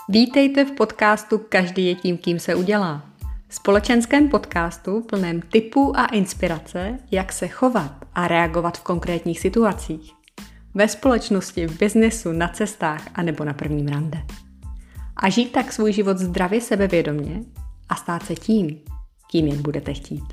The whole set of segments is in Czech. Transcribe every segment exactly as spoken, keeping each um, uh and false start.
Vítejte v podcastu Každý je tím, kým se udělá. Společenském podcastu plném tipů a inspirace, jak se chovat a reagovat v konkrétních situacích. Ve společnosti, v biznesu, na cestách a nebo na prvním rande. A žít tak svůj život zdravě sebevědomě a stát se tím, kým jen budete chtít.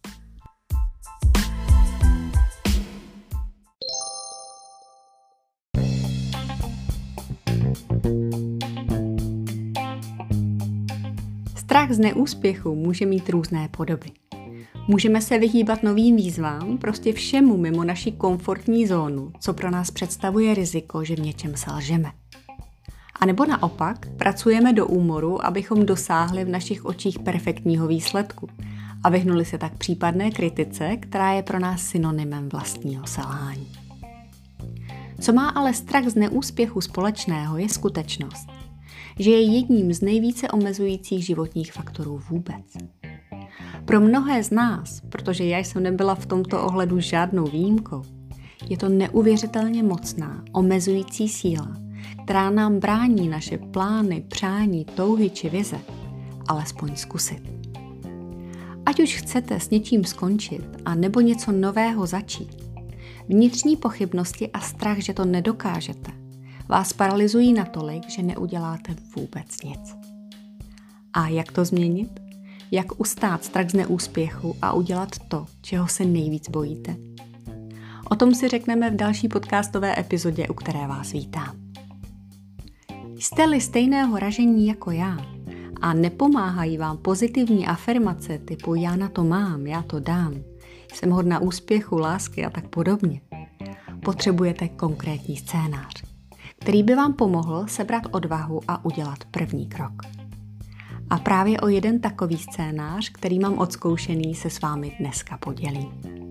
Strach z neúspěchu může mít různé podoby. Můžeme se vyhýbat novým výzvám, prostě všemu mimo naši komfortní zónu, co pro nás představuje riziko, že v něčem selžeme. A nebo naopak, pracujeme do úmoru, abychom dosáhli v našich očích perfektního výsledku a vyhnuli se tak případné kritice, která je pro nás synonymem vlastního selhání. Co má ale strach z neúspěchu společného, je skutečnost, že je jedním z nejvíce omezujících životních faktorů vůbec. Pro mnohé z nás, protože já jsem nebyla v tomto ohledu žádnou výjimkou, je to neuvěřitelně mocná, omezující síla, která nám brání naše plány, přání, touhy či vize alespoň zkusit. Ať už chcete s něčím skončit a nebo něco nového začít, vnitřní pochybnosti a strach, že to nedokážete, vás paralyzují natolik, že neuděláte vůbec nic. A jak to změnit? Jak ustát strach z neúspěchu a udělat to, čeho se nejvíc bojíte? O tom si řekneme v další podcastové epizodě, u které vás vítám. Jste-li stejného ražení jako já a nepomáhají vám pozitivní afirmace typu já na to mám, já to dám, jsem hodna úspěchu, lásky a tak podobně, potřebujete konkrétní scénář, který by vám pomohl sebrat odvahu a udělat první krok. A právě o jeden takový scénář, který mám odzkoušený, se s vámi dneska podělím.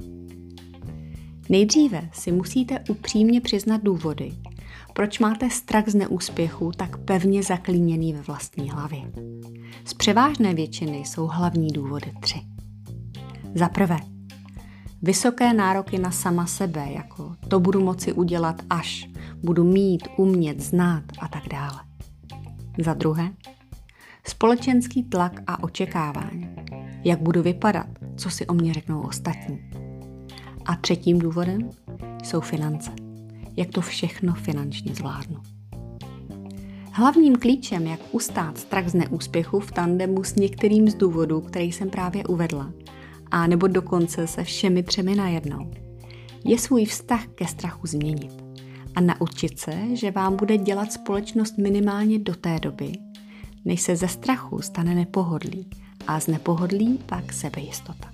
Nejdříve si musíte upřímně přiznat důvody, proč máte strach z neúspěchu tak pevně zaklíněný ve vlastní hlavě. Z převážné většiny jsou hlavní důvody tři. Za prvé, vysoké nároky na sama sebe, jako to budu moci udělat až, budu mít, umět, znát a tak dále. Za druhé, společenský tlak a očekávání, jak budu vypadat, co si o mě řeknou ostatní. A třetím důvodem jsou finance, jak to všechno finančně zvládnu. Hlavním klíčem, jak ustát strach z neúspěchu v tandemu s některým z důvodů, který jsem právě uvedla, a nebo dokonce se všemi třemi najednou, je svůj vztah ke strachu změnit a naučit se, že vám bude dělat společnost minimálně do té doby, než se ze strachu stane nepohodlí a z nepohodlí pak sebejistota.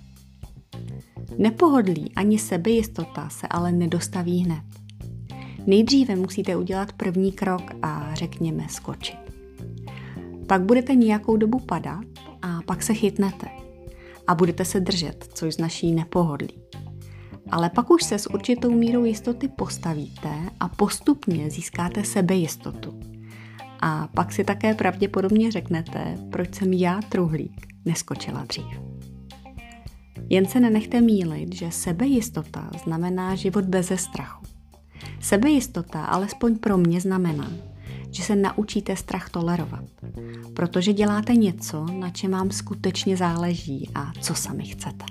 Nepohodlí ani sebejistota se ale nedostaví hned. Nejdříve musíte udělat první krok a řekněme skočit. Pak budete nějakou dobu padat a pak se chytnete a budete se držet, což značí nepohodlí. Ale pak už se s určitou mírou jistoty postavíte a postupně získáte sebejistotu. A pak si také pravděpodobně řeknete, proč jsem já, truhlík, neskočila dřív. Jen se nenechte mýlit, že sebejistota znamená život beze strachu. Sebejistota, alespoň pro mě, znamená, že se naučíte strach tolerovat, protože děláte něco, na čem vám skutečně záleží a co sami chcete.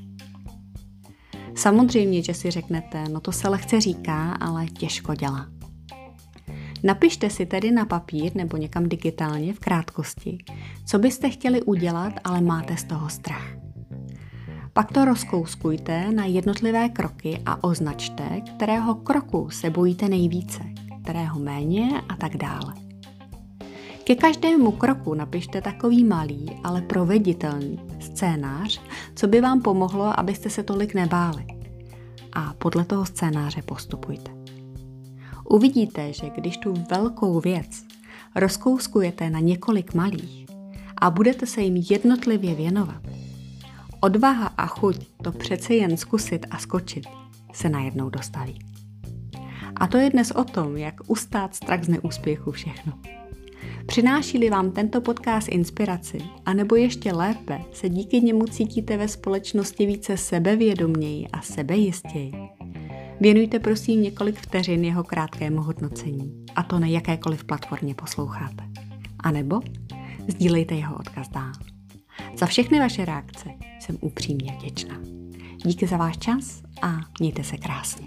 Samozřejmě, že si řeknete, no to se lehce říká, ale těžko dělá. Napište si tedy na papír nebo někam digitálně v krátkosti, co byste chtěli udělat, ale máte z toho strach. Pak to rozkouskujte na jednotlivé kroky a označte, kterého kroku se bojíte nejvíce, kterého méně a tak dále. Ke každému kroku napište takový malý, ale proveditelný scénář, co by vám pomohlo, abyste se tolik nebáli. A podle toho scénáře postupujte. Uvidíte, že když tu velkou věc rozkouskujete na několik malých a budete se jim jednotlivě věnovat, odvaha a chuť to přece jen zkusit a skočit se najednou dostaví. A to je dnes o tom, jak ustát strach z neúspěchu všechno. Přináší-li vám tento podcast inspiraci, anebo ještě lépe se díky němu cítíte ve společnosti více sebevědoměji a sebejistěji, věnujte prosím několik vteřin jeho krátkému hodnocení, a to na jakékoliv platformě posloucháte. A nebo sdílejte jeho odkaz dál. Za všechny vaše reakce jsem upřímně vděčná. Díky za váš čas a mějte se krásně.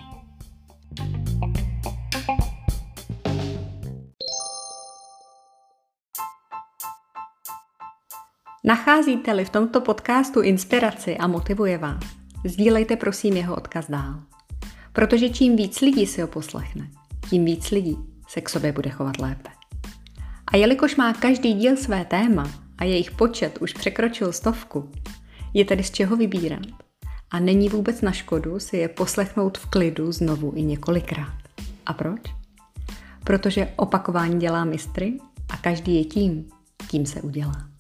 Nacházíte-li v tomto podcastu inspiraci a motivuje vás, sdílejte prosím jeho odkaz dál. Protože čím víc lidí si ho poslechne, tím víc lidí se k sobě bude chovat lépe. A jelikož má každý díl své téma a jejich počet už překročil stovku, je tedy z čeho vybírat. A není vůbec na škodu si je poslechnout v klidu znovu i několikrát. A proč? Protože opakování dělá mistry a každý je tím, kým se udělá.